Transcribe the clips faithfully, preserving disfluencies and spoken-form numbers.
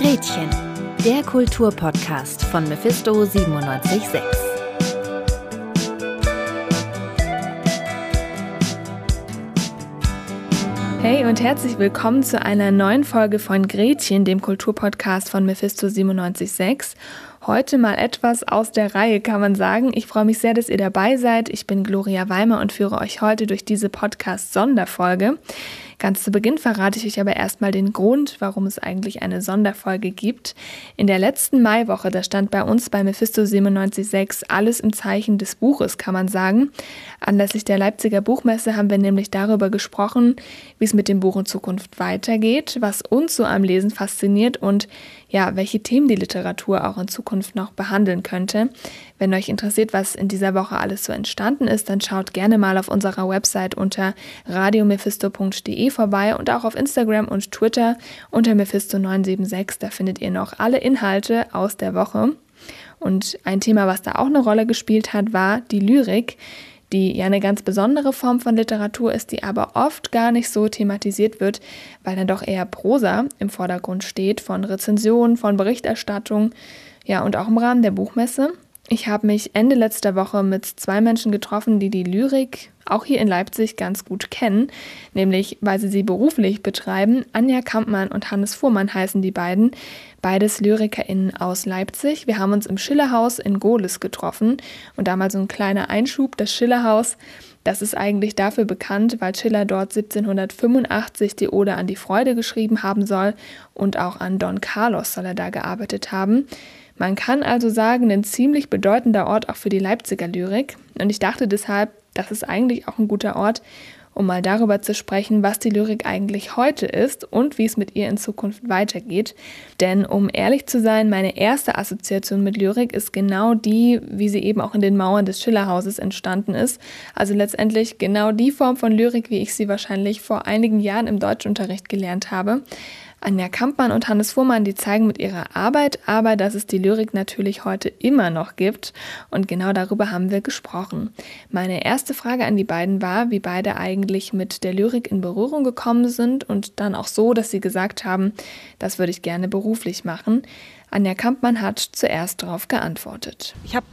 Gretchen, der Kulturpodcast von Mephisto siebenundneunzig Komma sechs. Hey und herzlich willkommen zu einer neuen Folge von Gretchen, dem Kulturpodcast von Mephisto siebenundneunzig Komma sechs. Heute mal etwas aus der Reihe, kann man sagen. Ich freue mich sehr, dass ihr dabei seid. Ich bin Gloria Weimer und führe euch heute durch diese Podcast-Sonderfolge. Ganz zu Beginn verrate ich euch aber erstmal den Grund, warum es eigentlich eine Sonderfolge gibt. In der letzten Maiwoche, da stand bei uns bei Mephisto siebenundneunzig Komma sechs alles im Zeichen des Buches, kann man sagen. Anlässlich der Leipziger Buchmesse haben wir nämlich darüber gesprochen, wie es mit dem Buch in Zukunft weitergeht, was uns so am Lesen fasziniert und ja, welche Themen die Literatur auch in Zukunft noch behandeln könnte. Wenn euch interessiert, was in dieser Woche alles so entstanden ist, dann schaut gerne mal auf unserer Website unter radio mephisto punkt de vorbei und auch auf Instagram und Twitter unter Mephisto neun sieben sechs. Da findet ihr noch alle Inhalte aus der Woche. Und ein Thema, was da auch eine Rolle gespielt hat, war die Lyrik, die ja eine ganz besondere Form von Literatur ist, die aber oft gar nicht so thematisiert wird, weil dann doch eher Prosa im Vordergrund steht, von Rezensionen, von Berichterstattung, ja, und auch im Rahmen der Buchmesse. Ich habe mich Ende letzter Woche mit zwei Menschen getroffen, die die Lyrik auch hier in Leipzig ganz gut kennen, nämlich weil sie sie beruflich betreiben. Anja Kampmann und Hannes Fuhrmann heißen die beiden, beides LyrikerInnen aus Leipzig. Wir haben uns im Schillerhaus in Gohlis getroffen und da mal so ein kleiner Einschub. Das Schillerhaus, das ist eigentlich dafür bekannt, weil Schiller dort siebzehnhundertfünfundachtzig die Ode an die Freude geschrieben haben soll und auch an Don Carlos soll er da gearbeitet haben. Man kann also sagen, ein ziemlich bedeutender Ort auch für die Leipziger Lyrik. Und ich dachte deshalb, das ist eigentlich auch ein guter Ort, um mal darüber zu sprechen, was die Lyrik eigentlich heute ist und wie es mit ihr in Zukunft weitergeht. Denn um ehrlich zu sein, meine erste Assoziation mit Lyrik ist genau die, wie sie eben auch in den Mauern des Schillerhauses entstanden ist. Also letztendlich genau die Form von Lyrik, wie ich sie wahrscheinlich vor einigen Jahren im Deutschunterricht gelernt habe. Anja Kampmann und Hannes Fuhrmann, die zeigen mit ihrer Arbeit aber, dass es die Lyrik natürlich heute immer noch gibt und genau darüber haben wir gesprochen. Meine erste Frage an die beiden war, wie beide eigentlich mit der Lyrik in Berührung gekommen sind und dann auch so, dass sie gesagt haben, das würde ich gerne beruflich machen. Anja Kampmann hat zuerst darauf geantwortet. Ich habe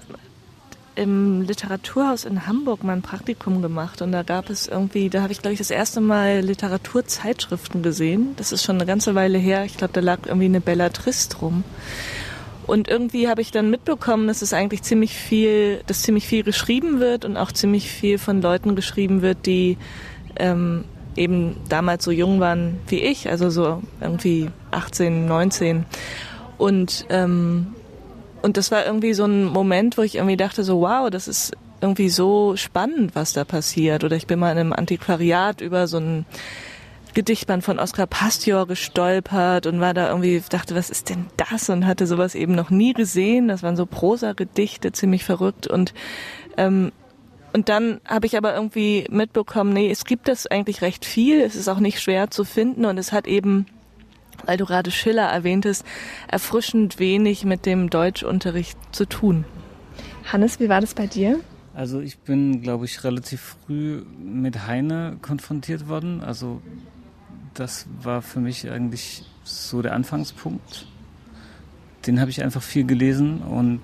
im Literaturhaus in Hamburg mein Praktikum gemacht und da gab es irgendwie, da habe ich glaube ich das erste Mal Literaturzeitschriften gesehen. Das ist schon eine ganze Weile her. Ich glaube, da lag irgendwie eine Bellatrist rum. Und irgendwie habe ich dann mitbekommen, dass es eigentlich ziemlich viel, dass ziemlich viel geschrieben wird und auch ziemlich viel von Leuten geschrieben wird, die ähm, eben damals so jung waren wie ich, also so irgendwie achtzehn, neunzehn. Und ähm, Und das war irgendwie so ein Moment, wo ich irgendwie dachte so, wow, das ist irgendwie so spannend, was da passiert. Oder ich bin mal in einem Antiquariat über so ein Gedichtband von Oskar Pastior gestolpert und war da irgendwie, dachte, was ist denn das? Und hatte sowas eben noch nie gesehen. Das waren so Prosa-Gedichte, ziemlich verrückt. Und ähm, und dann habe ich aber irgendwie mitbekommen, nee, es gibt das eigentlich recht viel. Es ist auch nicht schwer zu finden und es hat eben, weil du gerade Schiller erwähntest, erfrischend wenig mit dem Deutschunterricht zu tun. Hannes, wie war das bei dir? Also ich bin, glaube ich, relativ früh mit Heine konfrontiert worden. Also das war für mich eigentlich so der Anfangspunkt. Den habe ich einfach viel gelesen und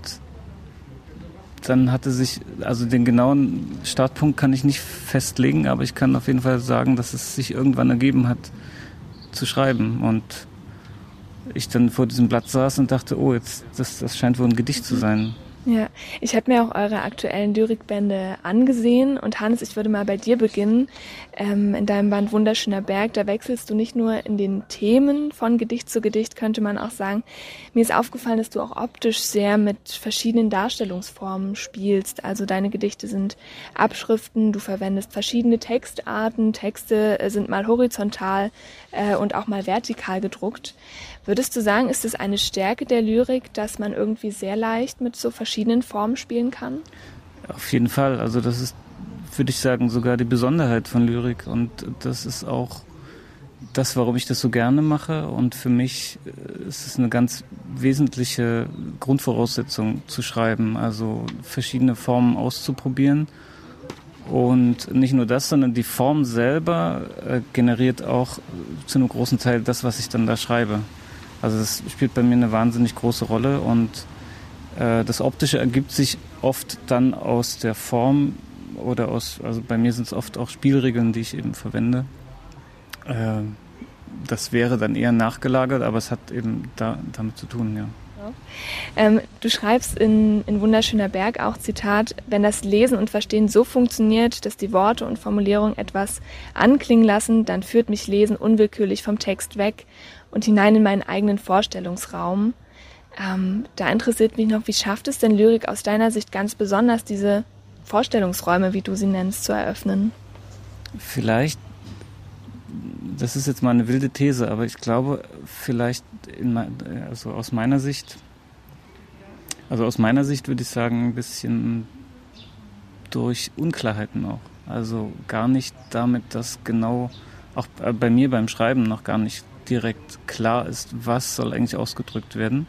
dann hatte sich, also den genauen Startpunkt kann ich nicht festlegen, aber ich kann auf jeden Fall sagen, dass es sich irgendwann ergeben hat, zu schreiben und ich dann vor diesem Blatt saß und dachte, oh, jetzt das, das scheint wohl ein Gedicht zu sein. Ja, ich habe mir auch eure aktuellen Lyrikbände angesehen und Hannes, ich würde mal bei dir beginnen. Ähm, in deinem Band Wunderschöner Berg, da wechselst du nicht nur in den Themen von Gedicht zu Gedicht, könnte man auch sagen. Mir ist aufgefallen, dass du auch optisch sehr mit verschiedenen Darstellungsformen spielst. Also deine Gedichte sind Abschriften, du verwendest verschiedene Textarten, Texte sind mal horizontal äh, und auch mal vertikal gedruckt. Würdest du sagen, ist es eine Stärke der Lyrik, dass man irgendwie sehr leicht mit so verschiedenen Formen spielen kann? Auf jeden Fall. Also das ist, würde ich sagen, sogar die Besonderheit von Lyrik. Und das ist auch das, warum ich das so gerne mache. Und für mich ist es eine ganz wesentliche Grundvoraussetzung zu schreiben. Also verschiedene Formen auszuprobieren. Und nicht nur das, sondern die Form selber äh, generiert auch zu einem großen Teil das, was ich dann da schreibe. Also das spielt bei mir eine wahnsinnig große Rolle und äh, das Optische ergibt sich oft dann aus der Form oder aus, also bei mir sind es oft auch Spielregeln, die ich eben verwende. Äh, das wäre dann eher nachgelagert, aber es hat eben da, damit zu tun, ja. Ähm, du schreibst in, in Wunderschöner Berg auch, Zitat, wenn das Lesen und Verstehen so funktioniert, dass die Worte und Formulierungen etwas anklingen lassen, dann führt mich Lesen unwillkürlich vom Text weg und hinein in meinen eigenen Vorstellungsraum. Ähm, da interessiert mich noch, wie schafft es denn Lyrik aus deiner Sicht ganz besonders, diese Vorstellungsräume, wie du sie nennst, zu eröffnen? Vielleicht, das ist jetzt mal eine wilde These, aber ich glaube, vielleicht in, also aus meiner Sicht, also aus meiner Sicht würde ich sagen, ein bisschen durch Unklarheiten auch. Also gar nicht damit, dass genau, auch bei mir beim Schreiben noch gar nicht direkt klar ist, was soll eigentlich ausgedrückt werden.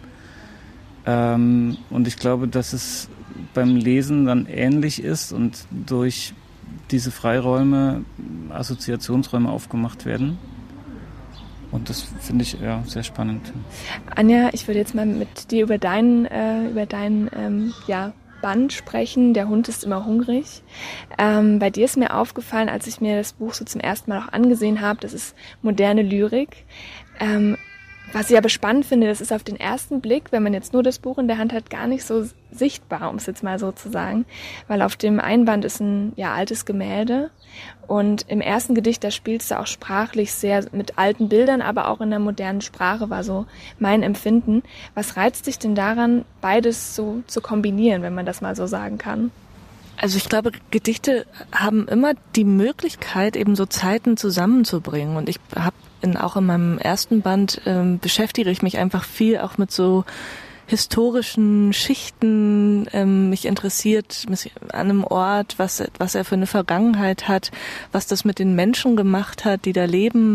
Ähm, und ich glaube, dass es beim Lesen dann ähnlich ist und durch diese Freiräume Assoziationsräume aufgemacht werden. Und das finde ich ja sehr spannend. Anja, ich würde jetzt mal mit dir über deinen, äh, über deinen ähm, ja, Band sprechen. Der Hund ist immer hungrig. Ähm, bei dir ist mir aufgefallen, als ich mir das Buch so zum ersten Mal auch angesehen habe, das ist moderne Lyrik. Ähm, Was ich aber spannend finde, das ist auf den ersten Blick, wenn man jetzt nur das Buch in der Hand hat, gar nicht so sichtbar, um es jetzt mal so zu sagen. Weil auf dem Einband ist ein ja altes Gemälde und im ersten Gedicht, da spielst du auch sprachlich sehr mit alten Bildern, aber auch in der modernen Sprache, war so mein Empfinden. Was reizt dich denn daran, beides so zu kombinieren, wenn man das mal so sagen kann? Also ich glaube, Gedichte haben immer die Möglichkeit, eben so Zeiten zusammenzubringen. Und ich habe in, auch in meinem ersten Band ähm, beschäftige ich mich einfach viel auch mit so historischen Schichten. Ähm, mich interessiert mich an einem Ort, was, was er für eine Vergangenheit hat, was das mit den Menschen gemacht hat, die da leben.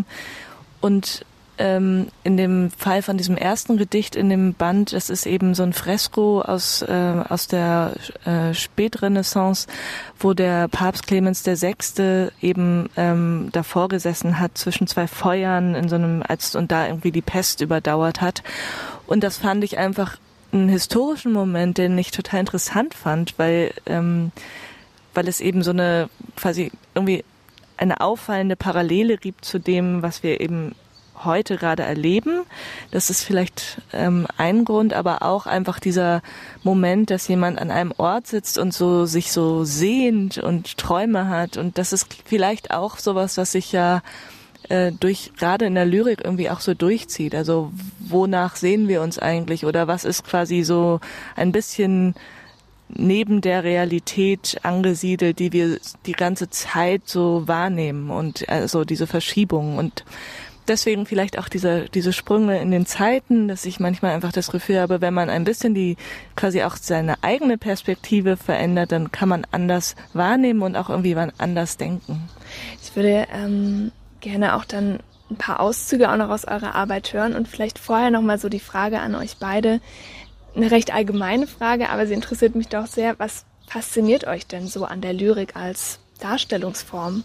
Und ähm, in dem Fall von diesem ersten Gedicht in dem Band, das ist eben so ein Fresko aus äh, aus der äh, Spätrenaissance, wo der Papst Clemens der Sechste eben ähm, davor gesessen hat zwischen zwei Feuern in so einem als und da irgendwie die Pest überdauert hat. Und das fand ich einfach einen historischen Moment, den ich total interessant fand, weil ähm, weil es eben so eine quasi irgendwie eine auffallende Parallele gibt zu dem, was wir eben heute gerade erleben. Das ist vielleicht ähm, ein Grund, aber auch einfach dieser Moment, dass jemand an einem Ort sitzt und so sich so sehnt und Träume hat. Und das ist vielleicht auch sowas, was sich ja äh, durch gerade in der Lyrik irgendwie auch so durchzieht. Also wonach sehen wir uns eigentlich oder was ist quasi so ein bisschen neben der Realität angesiedelt, die wir die ganze Zeit so wahrnehmen und also diese Verschiebungen und deswegen vielleicht auch diese, diese Sprünge in den Zeiten, dass ich manchmal einfach das Gefühl habe, wenn man ein bisschen die, quasi auch seine eigene Perspektive verändert, dann kann man anders wahrnehmen und auch irgendwie anders denken. Ich würde ähm, gerne auch dann ein paar Auszüge auch noch aus eurer Arbeit hören und vielleicht vorher nochmal so die Frage an euch beide. Eine recht allgemeine Frage, aber sie interessiert mich doch sehr. Was fasziniert euch denn so an der Lyrik als Darstellungsform?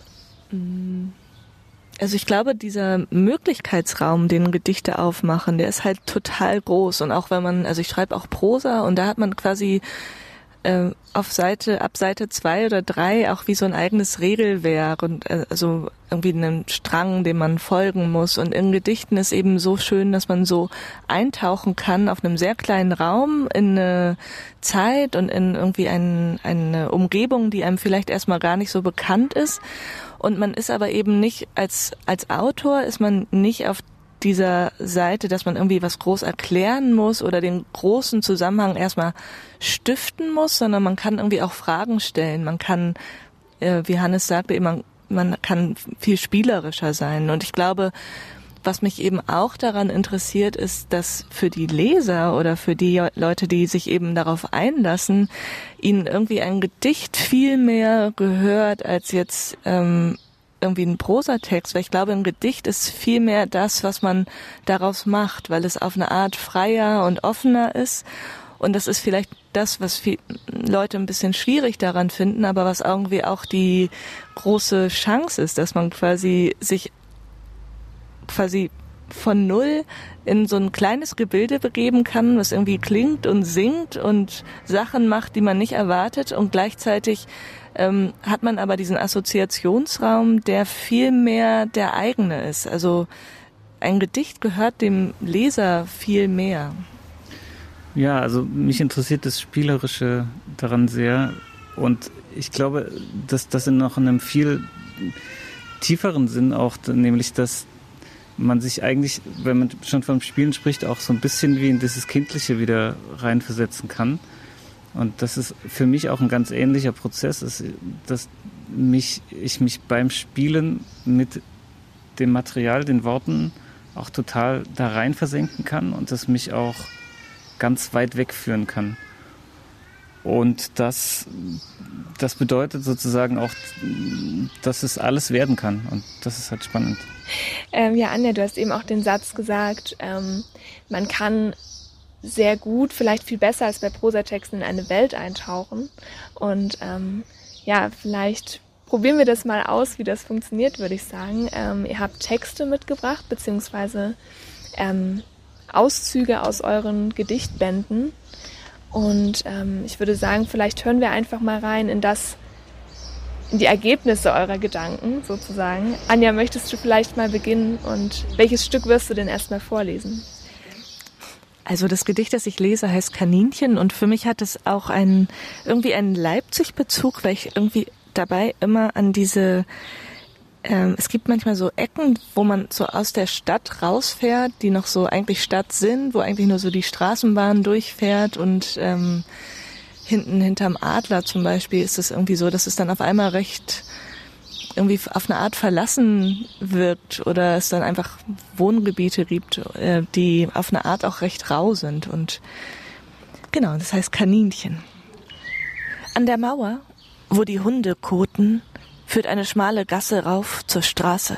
Mm. Also ich glaube, dieser Möglichkeitsraum, den Gedichte aufmachen, der ist halt total groß. Und auch wenn man, also ich schreibe auch Prosa und da hat man quasi äh, auf Seite, ab Seite zwei oder drei auch wie so ein eigenes Regelwerk und äh, also irgendwie einen Strang, dem man folgen muss. Und in Gedichten ist eben so schön, dass man so eintauchen kann auf einem sehr kleinen Raum in eine Zeit und in irgendwie ein, eine Umgebung, die einem vielleicht erstmal gar nicht so bekannt ist. Und man ist aber eben nicht, als als Autor ist man nicht auf dieser Seite, dass man irgendwie was groß erklären muss oder den großen Zusammenhang erstmal stiften muss, sondern man kann irgendwie auch Fragen stellen. Man kann, äh, wie Hannes sagte, man, man kann viel spielerischer sein. Und ich glaube, was mich eben auch daran interessiert, ist, dass für die Leser oder für die Leute, die sich eben darauf einlassen, ihnen irgendwie ein Gedicht viel mehr gehört als jetzt ähm, irgendwie ein Prosatext. Weil ich glaube, ein Gedicht ist viel mehr das, was man daraus macht, weil es auf eine Art freier und offener ist. Und das ist vielleicht das, was viele Leute ein bisschen schwierig daran finden, aber was irgendwie auch die große Chance ist, dass man quasi sich quasi von null in so ein kleines Gebilde begeben kann, was irgendwie klingt und singt und Sachen macht, die man nicht erwartet, und gleichzeitig ähm, hat man aber diesen Assoziationsraum, der viel mehr der eigene ist. Also ein Gedicht gehört dem Leser viel mehr. Ja, also mich interessiert das Spielerische daran sehr, und ich glaube, dass das in noch einem viel tieferen Sinn auch, nämlich dass man sich eigentlich, wenn man schon vom Spielen spricht, auch so ein bisschen wie in dieses Kindliche wieder reinversetzen kann. Und das ist für mich auch ein ganz ähnlicher Prozess, ist, dass mich, ich mich beim Spielen mit dem Material, den Worten auch total da rein versenken kann und das mich auch ganz weit wegführen kann. Und das, das bedeutet sozusagen auch, dass es alles werden kann, und das ist halt spannend. Ähm, ja, Anja, du hast eben auch den Satz gesagt, ähm, man kann sehr gut, vielleicht viel besser als bei Prosatexten, in eine Welt eintauchen. Und ähm, ja, vielleicht probieren wir das mal aus, wie das funktioniert, würde ich sagen. Ähm, ihr habt Texte mitgebracht, beziehungsweise ähm, Auszüge aus euren Gedichtbänden. Und ähm, ich würde sagen, vielleicht hören wir einfach mal rein in das, in die Ergebnisse eurer Gedanken sozusagen. Anja, möchtest du vielleicht mal beginnen, und welches Stück wirst du denn erstmal vorlesen? Also das Gedicht, das ich lese, heißt Kaninchen, und für mich hat es auch einen, irgendwie einen Leipzig-Bezug, weil ich irgendwie dabei immer an diese, ähm, es gibt manchmal so Ecken, wo man so aus der Stadt rausfährt, die noch so eigentlich Stadt sind, wo eigentlich nur so die Straßenbahn durchfährt, und ähm, hinten hinterm Adler zum Beispiel ist es irgendwie so, dass es dann auf einmal recht irgendwie auf eine Art verlassen wirkt, oder es dann einfach Wohngebiete gibt, äh, die auf eine Art auch recht rau sind. Und genau, das heißt Kaninchen. An der Mauer, wo die Hunde koten, führt eine schmale Gasse rauf zur Straße.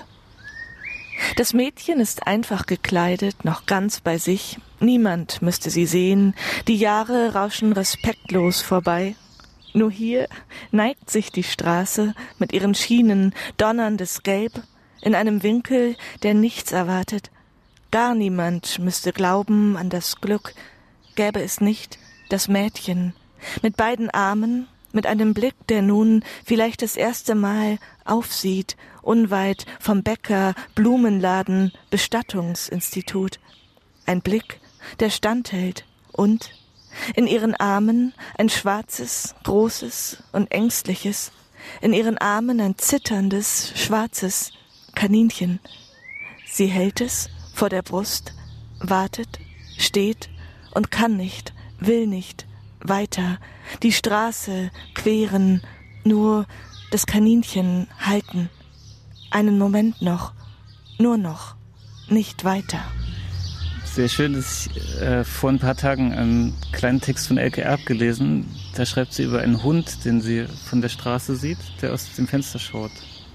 Das Mädchen ist einfach gekleidet, noch ganz bei sich. Niemand müsste sie sehen. Die Jahre rauschen respektlos vorbei. Nur hier neigt sich die Straße mit ihren Schienen, donnerndes Gelb, in einem Winkel, der nichts erwartet. Gar niemand müsste glauben an das Glück, gäbe es nicht das Mädchen, mit beiden Armen, mit einem Blick, der nun vielleicht das erste Mal aufsieht, unweit vom Bäcker, Blumenladen, Bestattungsinstitut. Ein Blick, der standhält, und in ihren Armen ein schwarzes, großes und ängstliches, in ihren Armen ein zitterndes, schwarzes Kaninchen. Sie hält es vor der Brust, wartet, steht und kann nicht, will nicht, weiter, die Straße queren, nur das Kaninchen halten. Einen Moment noch, nur noch, nicht weiter. Sehr schön, dass ich äh, vor ein paar Tagen einen kleinen Text von Elke Erb gelesen. Da schreibt sie über einen Hund, den sie von der Straße sieht, der aus dem Fenster schaut.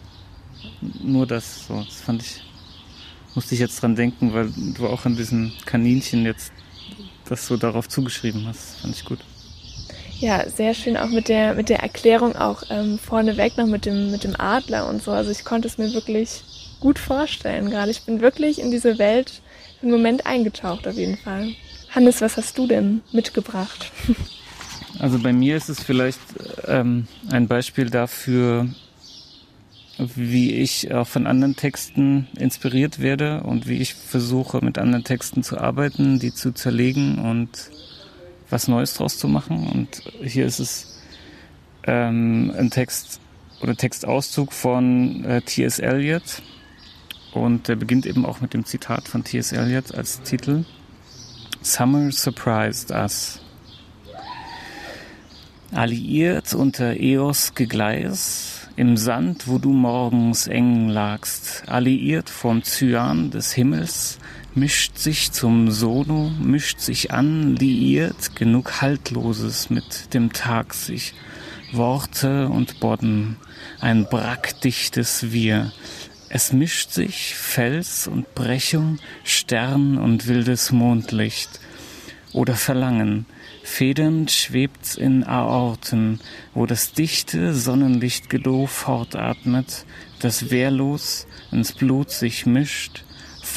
Nur das, so, das fand ich, musste ich jetzt dran denken, weil du auch an diesem Kaninchen jetzt das so darauf zugeschrieben hast. Das fand ich gut. Ja, sehr schön, auch mit der mit der Erklärung auch ähm, vorneweg noch mit dem mit dem Adler und so. Also ich konnte es mir wirklich gut vorstellen gerade. Ich bin wirklich in diese Welt für einen Moment eingetaucht auf jeden Fall. Hannes, was hast du denn mitgebracht? Also bei mir ist es vielleicht ähm, ein Beispiel dafür, wie ich auch von anderen Texten inspiriert werde und wie ich versuche, mit anderen Texten zu arbeiten, die zu zerlegen und was Neues draus zu machen. Und hier ist es ähm, ein Text oder Textauszug von äh, T S Eliot. Und der beginnt eben auch mit dem Zitat von T S Eliot als Titel. Summer surprised us. Alliiert unter Eos Gegleis, im Sand, wo du morgens eng lagst, alliiert vom Cyan des Himmels, mischt sich zum Sono, mischt sich an, liiert, genug Haltloses mit dem Tag sich, Worte und Bodden, ein brackdichtes Wir. Es mischt sich Fels und Brechung, Stern und wildes Mondlicht oder Verlangen. Federnd schwebt's in Aorten, wo das dichte Sonnenlichtgeloh fortatmet, das wehrlos ins Blut sich mischt,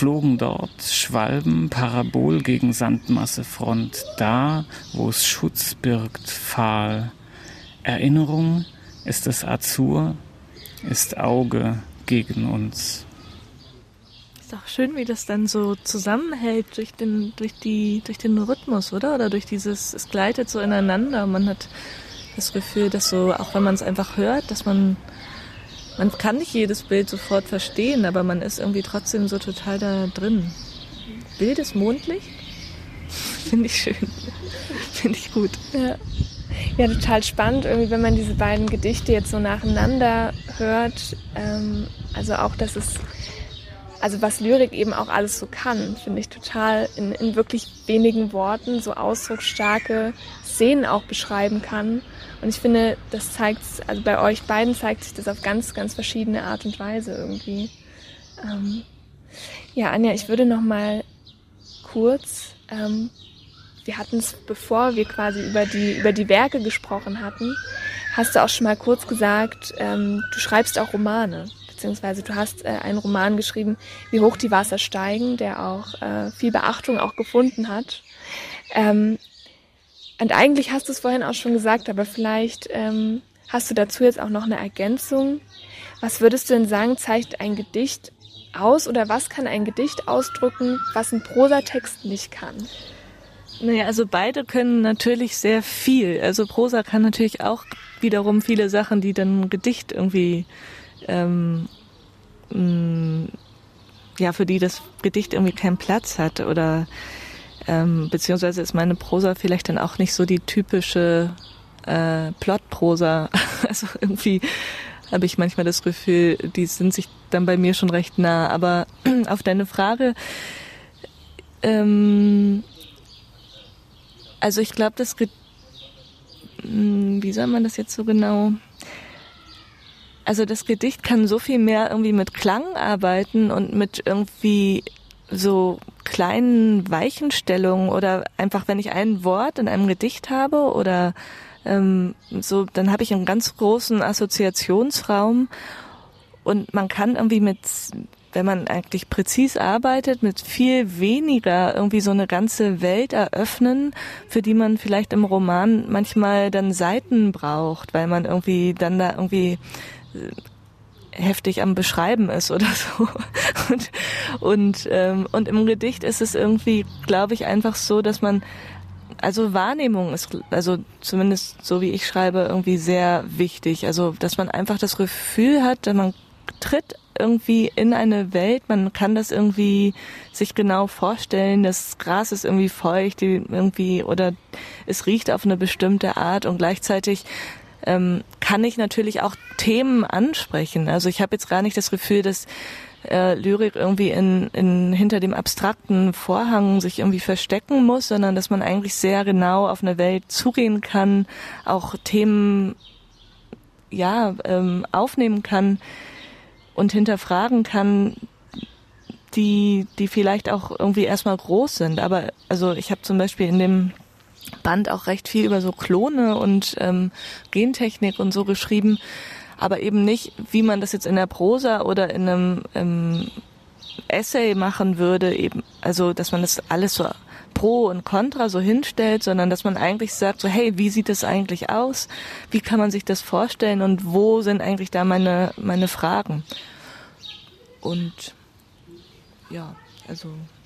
flogen dort Schwalben parabol gegen Sandmassefront, da, wo es Schutz birgt, fahl. Erinnerung ist es Azur, ist Auge gegen uns. Ist auch schön, wie das dann so zusammenhält durch den, durch die, durch den Rhythmus, oder? Oder durch dieses, es gleitet so ineinander. Man hat das Gefühl, dass so, auch wenn man es einfach hört, dass man, man kann nicht jedes Bild sofort verstehen, aber man ist irgendwie trotzdem so total da drin. Wildes Mondlicht? Finde ich schön. Finde ich gut. Ja. Ja, total spannend, irgendwie, wenn man diese beiden Gedichte jetzt so nacheinander hört. Ähm, also auch, dass es, also was Lyrik eben auch alles so kann, finde ich total in, in wirklich wenigen Worten so ausdrucksstarke Szenen auch beschreiben kann. Und ich finde, das zeigt, also bei euch beiden zeigt sich das auf ganz, ganz verschiedene Art und Weise irgendwie. Ähm, ja, Anja, ich würde noch mal kurz, ähm, wir hatten es, bevor wir quasi über die, über die Werke gesprochen hatten, hast du auch schon mal kurz gesagt, ähm, du schreibst auch Romane, beziehungsweise du hast äh, einen Roman geschrieben, Wie hoch die Wasser steigen, der auch äh, viel Beachtung auch gefunden hat. Ähm, und eigentlich hast du es vorhin auch schon gesagt, aber vielleicht ähm, hast du dazu jetzt auch noch eine Ergänzung. Was würdest du denn sagen, zeigt ein Gedicht aus oder was kann ein Gedicht ausdrücken, was ein Prosatext nicht kann? Naja, also beide können natürlich sehr viel. Also Prosa kann natürlich auch wiederum viele Sachen, die dann ein Gedicht irgendwie, ähm, mh, ja, für die das Gedicht irgendwie keinen Platz hat oder ähm, beziehungsweise ist meine Prosa vielleicht dann auch nicht so die typische äh, Plotprosa. Also irgendwie habe ich manchmal das Gefühl, die sind sich dann bei mir schon recht nah. Aber auf deine Frage, ähm, also ich glaube, das, wie soll man das jetzt so genau, also das Gedicht kann so viel mehr irgendwie mit Klang arbeiten und mit irgendwie so kleinen Weichenstellungen oder einfach, wenn ich ein Wort in einem Gedicht habe oder ähm, so, dann habe ich einen ganz großen Assoziationsraum und man kann irgendwie mit, wenn man eigentlich präzis arbeitet, mit viel weniger irgendwie so eine ganze Welt eröffnen, für die man vielleicht im Roman manchmal dann Seiten braucht, weil man irgendwie dann da irgendwie heftig am Beschreiben ist oder so. Und, und, ähm, und im Gedicht ist es irgendwie, glaube ich, einfach so, dass man, also Wahrnehmung ist, also zumindest so wie ich schreibe, irgendwie sehr wichtig. Also, dass man einfach das Gefühl hat, dass man tritt irgendwie in eine Welt, man kann das irgendwie sich genau vorstellen, das Gras ist irgendwie feucht, die irgendwie, oder es riecht auf eine bestimmte Art und gleichzeitig ähm, kann ich natürlich auch Themen ansprechen. Also ich habe jetzt gar nicht das Gefühl, dass äh, Lyrik irgendwie in, in hinter dem abstrakten Vorhang sich irgendwie verstecken muss, sondern dass man eigentlich sehr genau auf eine Welt zugehen kann, auch Themen ja ähm, aufnehmen kann und hinterfragen kann, die die vielleicht auch irgendwie erstmal groß sind. Aber also ich habe zum Beispiel in dem Band auch recht viel über so Klone und ähm, Gentechnik und so geschrieben, aber eben nicht, wie man das jetzt in der Prosa oder in einem ähm, Essay machen würde, eben, also dass man das alles so pro und contra so hinstellt, sondern dass man eigentlich sagt, so hey, wie sieht das eigentlich aus? Wie kann man sich das vorstellen und wo sind eigentlich da meine meine Fragen? Und ja, also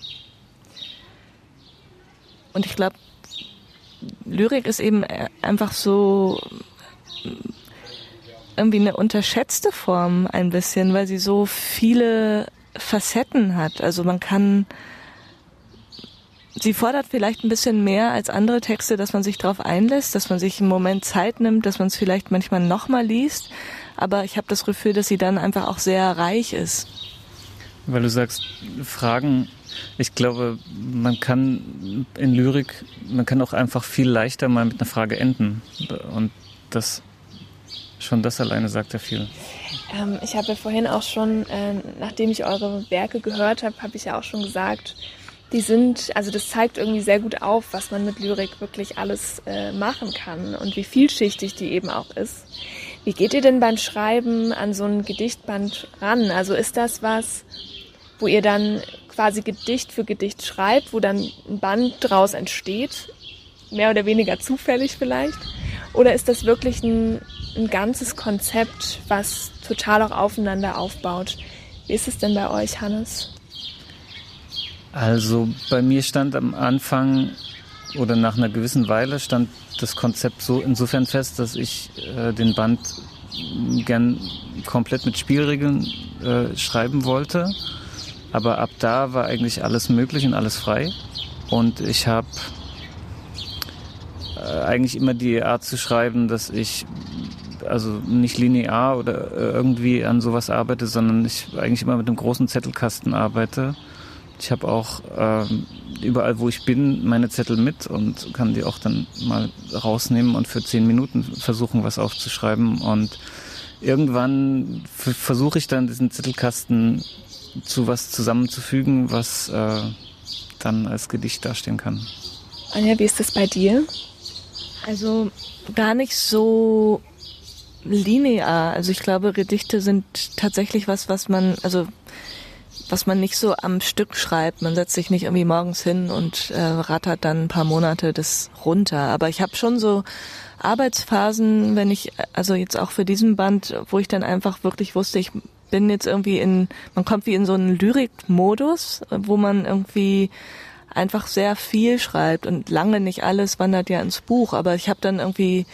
und ich glaube, Lyrik ist eben einfach so irgendwie eine unterschätzte Form ein bisschen, weil sie so viele Facetten hat. Also man kann, sie fordert vielleicht ein bisschen mehr als andere Texte, dass man sich darauf einlässt, dass man sich einen Moment Zeit nimmt, dass man es vielleicht manchmal nochmal liest. Aber ich habe das Gefühl, dass sie dann einfach auch sehr reich ist. Weil du sagst, Fragen, ich glaube, man kann in Lyrik, man kann auch einfach viel leichter mal mit einer Frage enden. Und das, schon das alleine sagt ja viel. Ähm, ich habe ja vorhin auch schon, äh, nachdem ich eure Werke gehört habe, habe ich ja auch schon gesagt, die sind, also das zeigt irgendwie sehr gut auf, was man mit Lyrik wirklich alles äh, machen kann und wie vielschichtig die eben auch ist. Wie geht ihr denn beim Schreiben an so ein Gedichtband ran? Also ist das was, wo ihr dann quasi Gedicht für Gedicht schreibt, wo dann ein Band draus entsteht, mehr oder weniger zufällig vielleicht? Oder ist das wirklich ein, ein ganzes Konzept, was total auch aufeinander aufbaut? Wie ist es denn bei euch, Hannes? Also bei mir stand am Anfang oder nach einer gewissen Weile stand das Konzept so insofern fest, dass ich äh, den Band gern komplett mit Spielregeln äh, schreiben wollte. Aber ab da war eigentlich alles möglich und alles frei. Und ich habe äh, eigentlich immer die Art zu schreiben, dass ich also nicht linear oder äh, irgendwie an sowas arbeite, sondern ich eigentlich immer mit einem großen Zettelkasten arbeite. Ich habe auch äh, überall, wo ich bin, meine Zettel mit und kann die auch dann mal rausnehmen und für zehn Minuten versuchen, was aufzuschreiben. Und irgendwann f- versuche ich dann diesen Zettelkasten zu was zusammenzufügen, was äh, dann als Gedicht dastehen kann. Anja, wie ist das bei dir? Also gar nicht so linear. Also ich glaube, Gedichte sind tatsächlich was, was man, also was man nicht so am Stück schreibt. Man setzt sich nicht irgendwie morgens hin und äh, rattert dann ein paar Monate das runter. Aber ich habe schon so Arbeitsphasen, wenn ich, also jetzt auch für diesen Band, wo ich dann einfach wirklich wusste, ich bin jetzt irgendwie in, man kommt wie in so einen Lyrikmodus, wo man irgendwie einfach sehr viel schreibt und lange nicht alles wandert ja ins Buch, aber ich habe dann irgendwie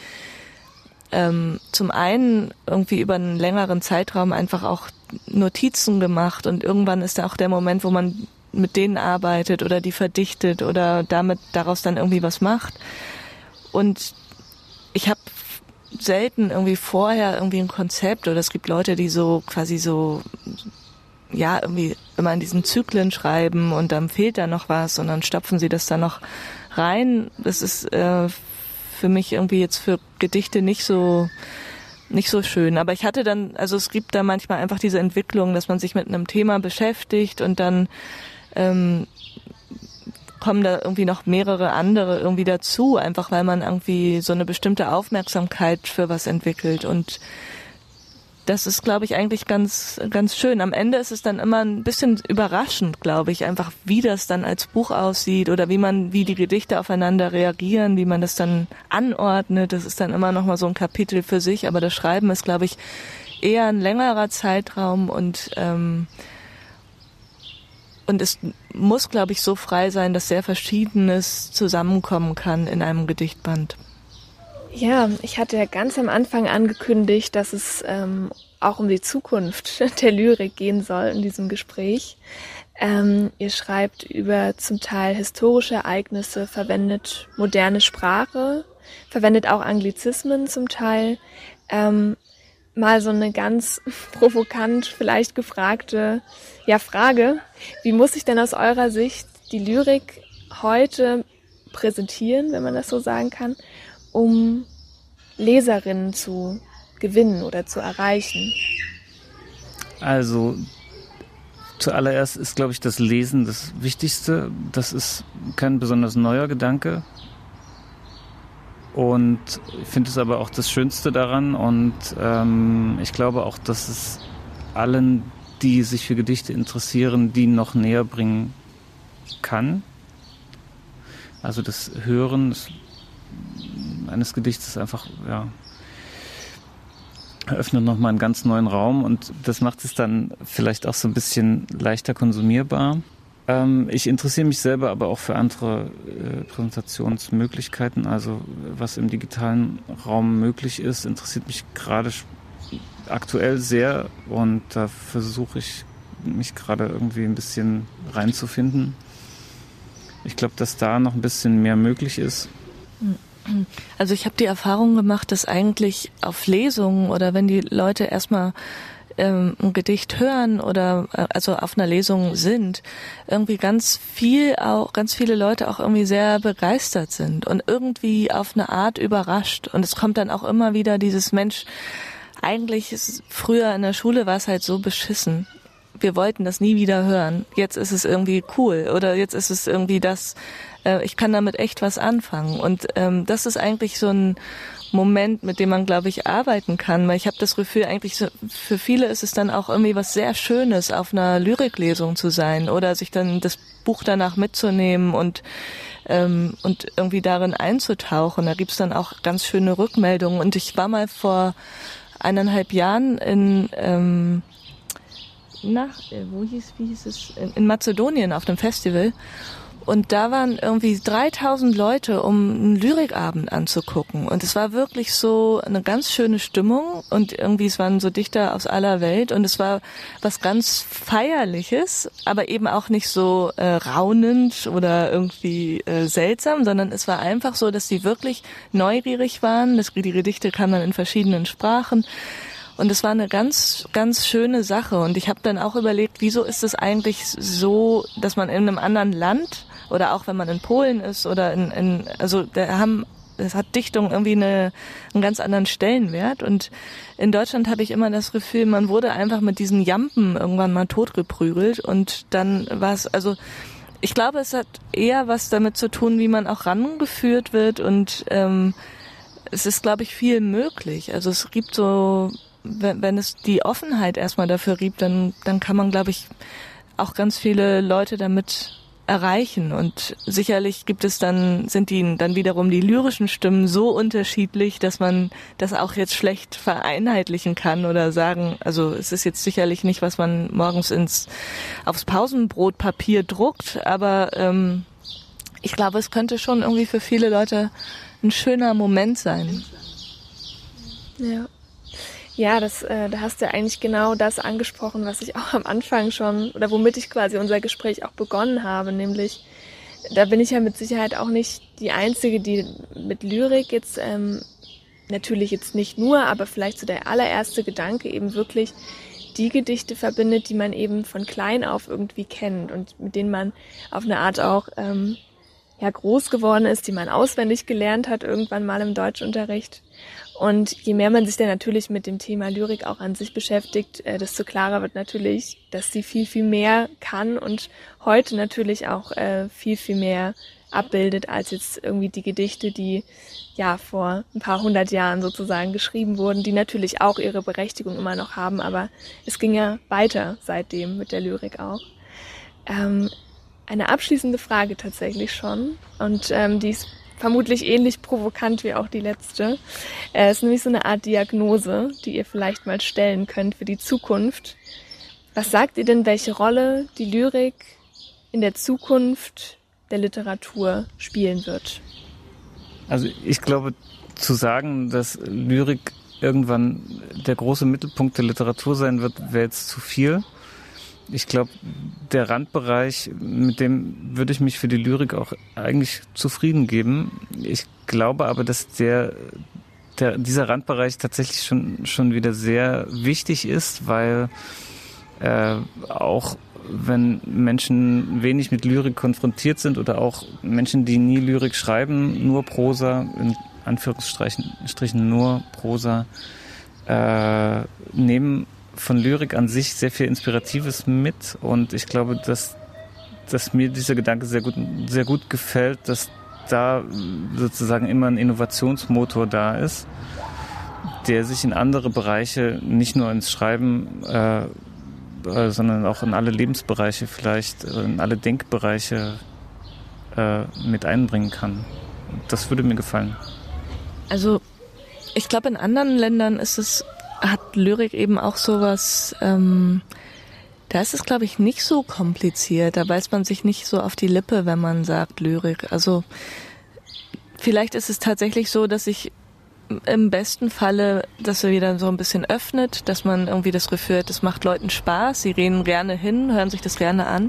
ähm, zum einen irgendwie über einen längeren Zeitraum einfach auch Notizen gemacht und irgendwann ist da auch der Moment, wo man mit denen arbeitet oder die verdichtet oder damit daraus dann irgendwie was macht. Und ich habe selten irgendwie vorher irgendwie ein Konzept oder es gibt Leute, die so quasi so, ja, irgendwie immer in diesen Zyklen schreiben und dann fehlt da noch was und dann stopfen sie das da noch rein. Das ist äh, für mich irgendwie jetzt für Gedichte nicht so nicht so schön. Aber ich hatte dann, also es gibt da manchmal einfach diese Entwicklung, dass man sich mit einem Thema beschäftigt und dann ähm, kommen da irgendwie noch mehrere andere irgendwie dazu, einfach weil man irgendwie so eine bestimmte Aufmerksamkeit für was entwickelt und das ist, glaube ich, eigentlich ganz ganz schön. Am Ende ist es dann immer ein bisschen überraschend, glaube ich, einfach wie das dann als Buch aussieht oder wie man, wie die Gedichte aufeinander reagieren, wie man das dann anordnet. Das ist dann immer noch mal so ein Kapitel für sich, aber das Schreiben ist, glaube ich, eher ein längerer Zeitraum und ähm, und es muss, glaube ich, so frei sein, dass sehr Verschiedenes zusammenkommen kann in einem Gedichtband. Ja, ich hatte ja ganz am Anfang angekündigt, dass es ähm, auch um die Zukunft der Lyrik gehen soll in diesem Gespräch. Ähm, ihr schreibt über zum Teil historische Ereignisse, verwendet moderne Sprache, verwendet auch Anglizismen zum Teil. Ähm, mal so eine ganz provokant vielleicht gefragte ja, Frage. Wie muss sich denn aus eurer Sicht die Lyrik heute präsentieren, wenn man das so sagen kann, um Leserinnen zu gewinnen oder zu erreichen? Also zuallererst ist, glaube ich, das Lesen das Wichtigste. Das ist kein besonders neuer Gedanke. Und ich finde es aber auch das Schönste daran. Und ähm, ich glaube auch, dass es allen, die sich für Gedichte interessieren, die noch näher bringen kann. Also das Hören des eines Gedichts ist einfach, ja, eröffnet nochmal einen ganz neuen Raum und das macht es dann vielleicht auch so ein bisschen leichter konsumierbar. Ähm, ich interessiere mich selber aber auch für andere äh, Präsentationsmöglichkeiten, also was im digitalen Raum möglich ist, interessiert mich gerade aktuell sehr und da versuche ich mich gerade irgendwie ein bisschen reinzufinden. Ich glaube, dass da noch ein bisschen mehr möglich ist. Also ich habe die Erfahrung gemacht, dass eigentlich auf Lesungen oder wenn die Leute erstmal ähm, ein Gedicht hören oder äh, also auf einer Lesung sind, irgendwie ganz viel auch ganz viele Leute auch irgendwie sehr begeistert sind und irgendwie auf eine Art überrascht und es kommt dann auch immer wieder dieses Mensch, eigentlich ist früher in der Schule war es halt so beschissen, wir wollten das nie wieder hören. Jetzt ist es irgendwie cool oder jetzt ist es irgendwie das, äh, ich kann damit echt was anfangen. Und ähm, das ist eigentlich so ein Moment, mit dem man, glaube ich, arbeiten kann. Weil ich habe das Gefühl, eigentlich so, für viele ist es dann auch irgendwie was sehr Schönes, auf einer Lyriklesung zu sein oder sich dann das Buch danach mitzunehmen und ähm, und irgendwie darin einzutauchen. Da gibt's dann auch ganz schöne Rückmeldungen. Und ich war mal vor eineinhalb Jahren in ähm, na, wo hieß, wie hieß es? In, in Mazedonien auf einem Festival. Und da waren irgendwie dreitausend Leute, um einen Lyrikabend anzugucken. Und es war wirklich so eine ganz schöne Stimmung. Und irgendwie, es waren so Dichter aus aller Welt. Und es war was ganz Feierliches, aber eben auch nicht so äh, raunend oder irgendwie äh, seltsam, sondern es war einfach so, dass die wirklich neugierig waren. Das, die Gedichte kamen dann in verschiedenen Sprachen. Und es war eine ganz, ganz schöne Sache. Und ich habe dann auch überlegt, wieso ist es eigentlich so, dass man in einem anderen Land oder auch wenn man in Polen ist oder in, in also da haben, es hat Dichtung irgendwie eine, einen ganz anderen Stellenwert. Und in Deutschland habe ich immer das Gefühl, man wurde einfach mit diesen Jampen irgendwann mal totgeprügelt. Und dann war es, also ich glaube, es hat eher was damit zu tun, wie man auch rangeführt wird. Und ähm, es ist, glaube ich, viel möglich. Also es gibt so, wenn, wenn es die Offenheit erstmal dafür gibt, dann, dann kann man, glaube ich, auch ganz viele Leute damit erreichen. Und sicherlich gibt es dann, sind die dann wiederum die lyrischen Stimmen so unterschiedlich, dass man das auch jetzt schlecht vereinheitlichen kann oder sagen, also es ist jetzt sicherlich nicht, was man morgens ins aufs Pausenbrotpapier druckt, aber ähm, ich glaube, es könnte schon irgendwie für viele Leute ein schöner Moment sein. Ja. Ja, das, äh, da hast du eigentlich genau das angesprochen, was ich auch am Anfang schon, oder womit ich quasi unser Gespräch auch begonnen habe, nämlich, da bin ich ja mit Sicherheit auch nicht die Einzige, die mit Lyrik jetzt, ähm, natürlich jetzt nicht nur, aber vielleicht so der allererste Gedanke eben wirklich die Gedichte verbindet, die man eben von klein auf irgendwie kennt und mit denen man auf eine Art auch, ähm, ja, groß geworden ist, die man auswendig gelernt hat irgendwann mal im Deutschunterricht. Und je mehr man sich dann natürlich mit dem Thema Lyrik auch an sich beschäftigt, äh, desto klarer wird natürlich, dass sie viel, viel mehr kann und heute natürlich auch äh, viel, viel mehr abbildet als jetzt irgendwie die Gedichte, die ja vor ein paar hundert Jahren sozusagen geschrieben wurden, die natürlich auch ihre Berechtigung immer noch haben, aber es ging ja weiter seitdem mit der Lyrik auch. Ähm, eine abschließende Frage tatsächlich schon und ähm, die ist vermutlich ähnlich provokant wie auch die letzte. Es ist nämlich so eine Art Diagnose, die ihr vielleicht mal stellen könnt für die Zukunft. Was sagt ihr denn, welche Rolle die Lyrik in der Zukunft der Literatur spielen wird? Also ich glaube, zu sagen, dass Lyrik irgendwann der große Mittelpunkt der Literatur sein wird, wäre jetzt zu viel. Ich glaube, der Randbereich, mit dem würde ich mich für die Lyrik auch eigentlich zufrieden geben. Ich glaube aber, dass der, der dieser Randbereich tatsächlich schon schon wieder sehr wichtig ist, weil äh, auch wenn Menschen wenig mit Lyrik konfrontiert sind oder auch Menschen, die nie Lyrik schreiben, nur Prosa, in Anführungsstrichen Strichen nur Prosa, äh, nehmen von Lyrik an sich sehr viel Inspiratives mit und ich glaube, dass, dass mir dieser Gedanke sehr gut, sehr gut gefällt, dass da sozusagen immer ein Innovationsmotor da ist, der sich in andere Bereiche, nicht nur ins Schreiben, äh, äh, sondern auch in alle Lebensbereiche vielleicht, in alle Denkbereiche äh, mit einbringen kann. Das würde mir gefallen. Also ich glaube, in anderen Ländern ist es hat Lyrik eben auch sowas, ähm, da ist es, glaube ich, nicht so kompliziert. Da beißt man sich nicht so auf die Lippe, wenn man sagt Lyrik. Also vielleicht ist es tatsächlich so, dass sich im besten Falle, dass er wieder so ein bisschen öffnet, dass man irgendwie das Gefühl hat, das macht Leuten Spaß, sie reden gerne hin, hören sich das gerne an.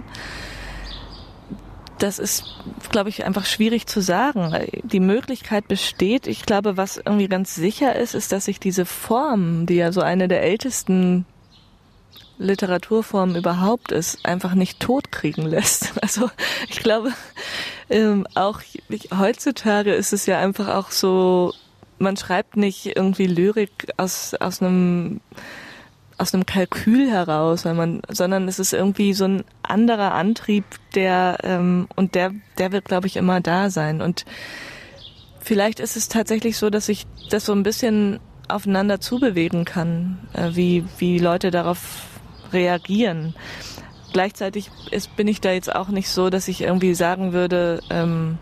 Das ist, glaube ich, einfach schwierig zu sagen. Die Möglichkeit besteht. Ich glaube, was irgendwie ganz sicher ist, ist, dass sich diese Form, die ja so eine der ältesten Literaturformen überhaupt ist, einfach nicht totkriegen lässt. Also ich glaube, ähm, auch heutzutage ist es ja einfach auch so, man schreibt nicht irgendwie Lyrik aus, aus einem aus einem Kalkül heraus, weil man, sondern es ist irgendwie so ein anderer Antrieb, der ähm, und der, der wird, glaube ich, immer da sein. Und vielleicht ist es tatsächlich so, dass ich das so ein bisschen aufeinander zubewegen kann, äh, wie wie Leute darauf reagieren. Gleichzeitig ist, bin ich da jetzt auch nicht so, dass ich irgendwie sagen würde, ähm,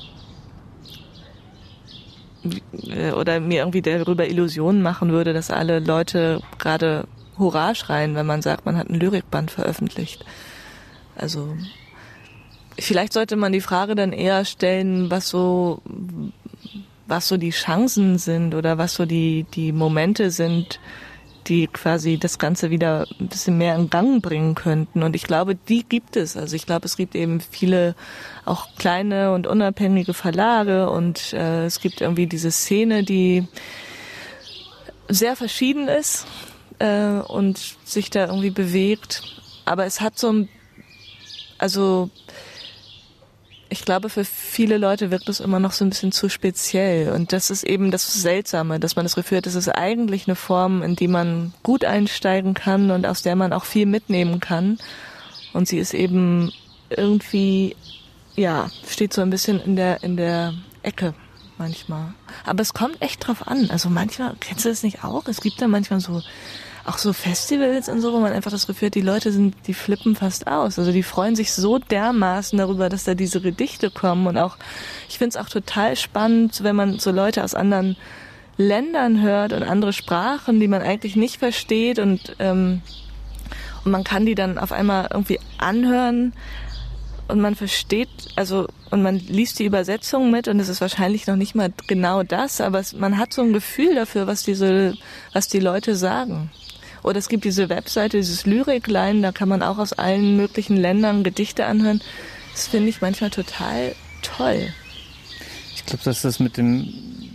oder mir irgendwie darüber Illusionen machen würde, dass alle Leute gerade Hurra schreien, wenn man sagt, man hat ein Lyrikband veröffentlicht. Also vielleicht sollte man die Frage dann eher stellen, was so was so die Chancen sind oder was so die die Momente sind, die quasi das Ganze wieder ein bisschen mehr in Gang bringen könnten. Und ich glaube, die gibt es. Also ich glaube, es gibt eben viele auch kleine und unabhängige Verlage und äh, es gibt irgendwie diese Szene, die sehr verschieden ist äh, und sich da irgendwie bewegt. Aber es hat so ein, also ich glaube, für viele Leute wirkt es immer noch so ein bisschen zu speziell. Und das ist eben das Seltsame, dass man das Gefühl hat, das ist eigentlich eine Form, in die man gut einsteigen kann und aus der man auch viel mitnehmen kann. Und sie ist eben irgendwie, ja, steht so ein bisschen in der, in der Ecke manchmal. Aber es kommt echt drauf an. Also manchmal, kennst du das nicht auch? Es gibt da manchmal so, auch so Festivals und so, wo man einfach das Gefühl hat, die Leute sind, die flippen fast aus. Also die freuen sich so dermaßen darüber, dass da diese Gedichte kommen. Und auch, ich finde es auch total spannend, wenn man so Leute aus anderen Ländern hört und andere Sprachen, die man eigentlich nicht versteht. Und, ähm, und man kann die dann auf einmal irgendwie anhören und man versteht, also und man liest die Übersetzung mit und es ist wahrscheinlich noch nicht mal genau das, aber es, man hat so ein Gefühl dafür, was diese, was die Leute sagen. Oder es gibt diese Webseite, dieses Lyrikline, da kann man auch aus allen möglichen Ländern Gedichte anhören. Das finde ich manchmal total toll. Ich glaube, dass das mit dem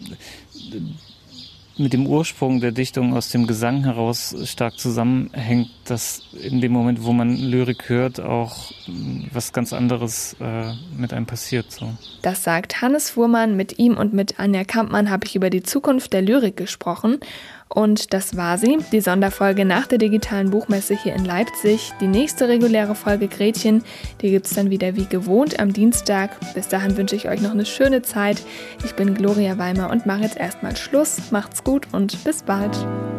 mit dem Ursprung der Dichtung aus dem Gesang heraus stark zusammenhängt, dass in dem Moment, wo man Lyrik hört, auch was ganz anderes äh, mit einem passiert. So. Das sagt Hannes Fuhrmann. Mit ihm und mit Anja Kampmann habe ich über die Zukunft der Lyrik gesprochen. Und das war sie, die Sonderfolge nach der digitalen Buchmesse hier in Leipzig. Die nächste reguläre Folge Gretchen, die gibt es dann wieder wie gewohnt am Dienstag. Bis dahin wünsche ich euch noch eine schöne Zeit. Ich bin Gloria Weimer und mache jetzt erstmal Schluss. Macht's gut und bis bald.